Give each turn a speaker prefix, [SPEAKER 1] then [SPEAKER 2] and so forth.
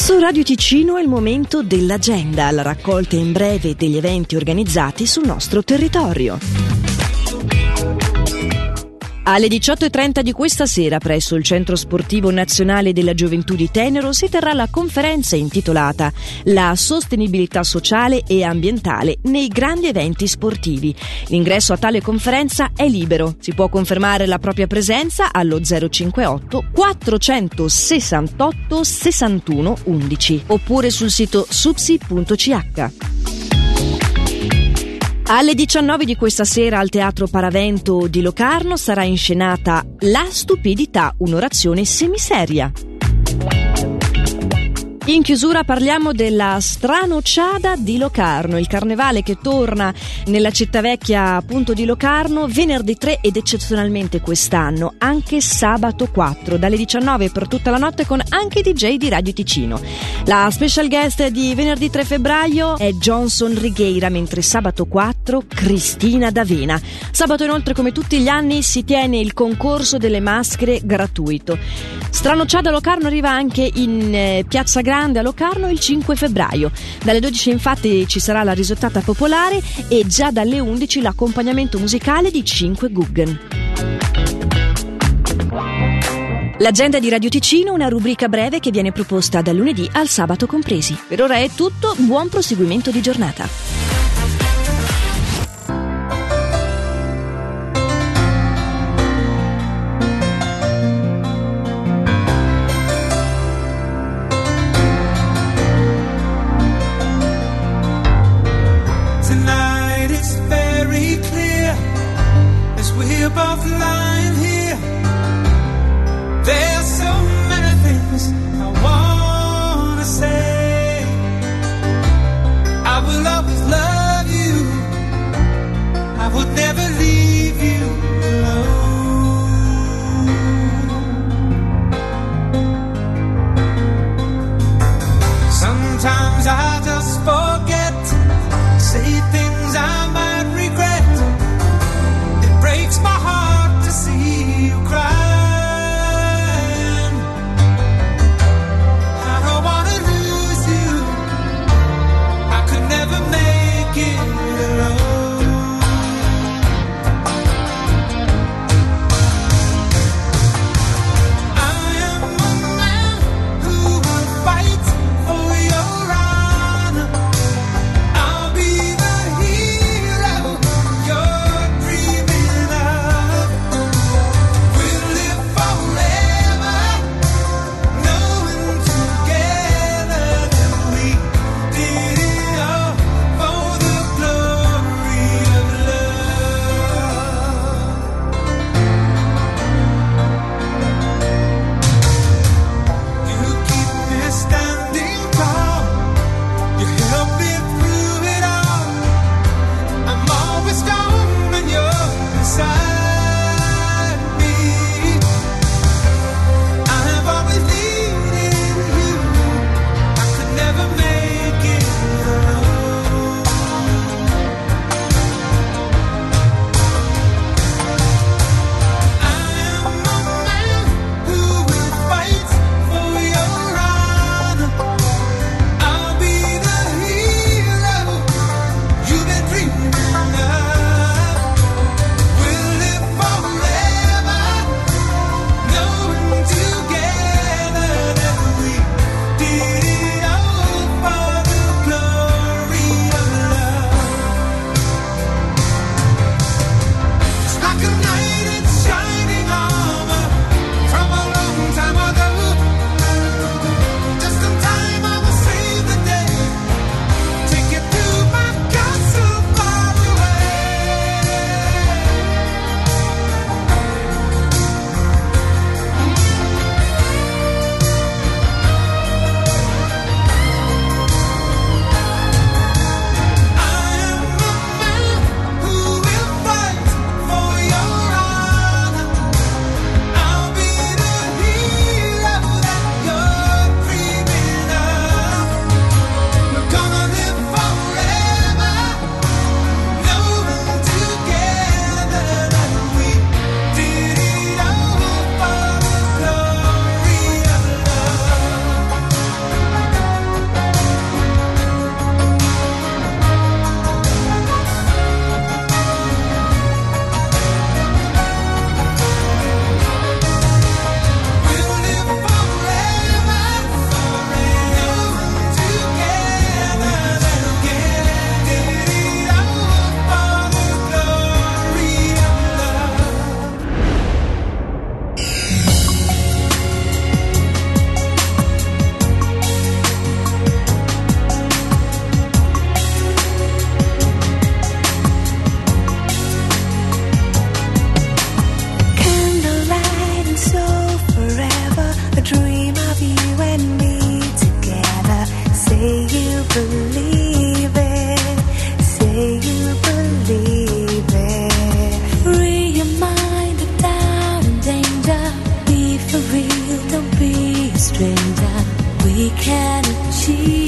[SPEAKER 1] Su Radio Ticino è il momento dell'agenda, la raccolta in breve degli eventi organizzati sul nostro territorio. Alle 18:30 di questa sera, presso il Centro Sportivo Nazionale della Gioventù di Tenero, si terrà la conferenza intitolata La sostenibilità sociale e ambientale nei grandi eventi sportivi. L'ingresso a tale conferenza è libero. Si può confermare la propria presenza allo 058 468 61 11 oppure sul sito supsi.ch. Alle 19 di questa sera al Teatro Paravento di Locarno sarà inscenata La stupidità, un'orazione semiseria. In chiusura parliamo della Stranocciada di Locarno, il carnevale che torna nella città vecchia appunto di Locarno venerdì 3 ed eccezionalmente quest'anno anche sabato 4 dalle 19 per tutta la notte con anche i DJ di Radio Ticino. La special guest di venerdì 3 febbraio è Johnson Righeira, mentre sabato 4 Cristina D'Avena. Sabato inoltre, come tutti gli anni, si tiene il concorso delle maschere gratuito. Stranocciada Locarno arriva anche in Piazza Grande a Locarno il 5 febbraio. Dalle 12 infatti ci sarà la risottata popolare e già dalle 11 l'accompagnamento musicale di 5 Guggen. L'agenda di Radio Ticino, una rubrica breve che viene proposta dal lunedì al sabato compresi. Per ora è tutto, buon proseguimento di giornata.
[SPEAKER 2] Tonight it's very clear as we're both lying here. There's so many things I wanna say. I will always love you. I would never leave you alone. Sometimes I just forget, say things I might regret. It breaks my heart to see you crying. I don't wanna lose you. I could never make it alone.
[SPEAKER 3] stranger, we can achieve.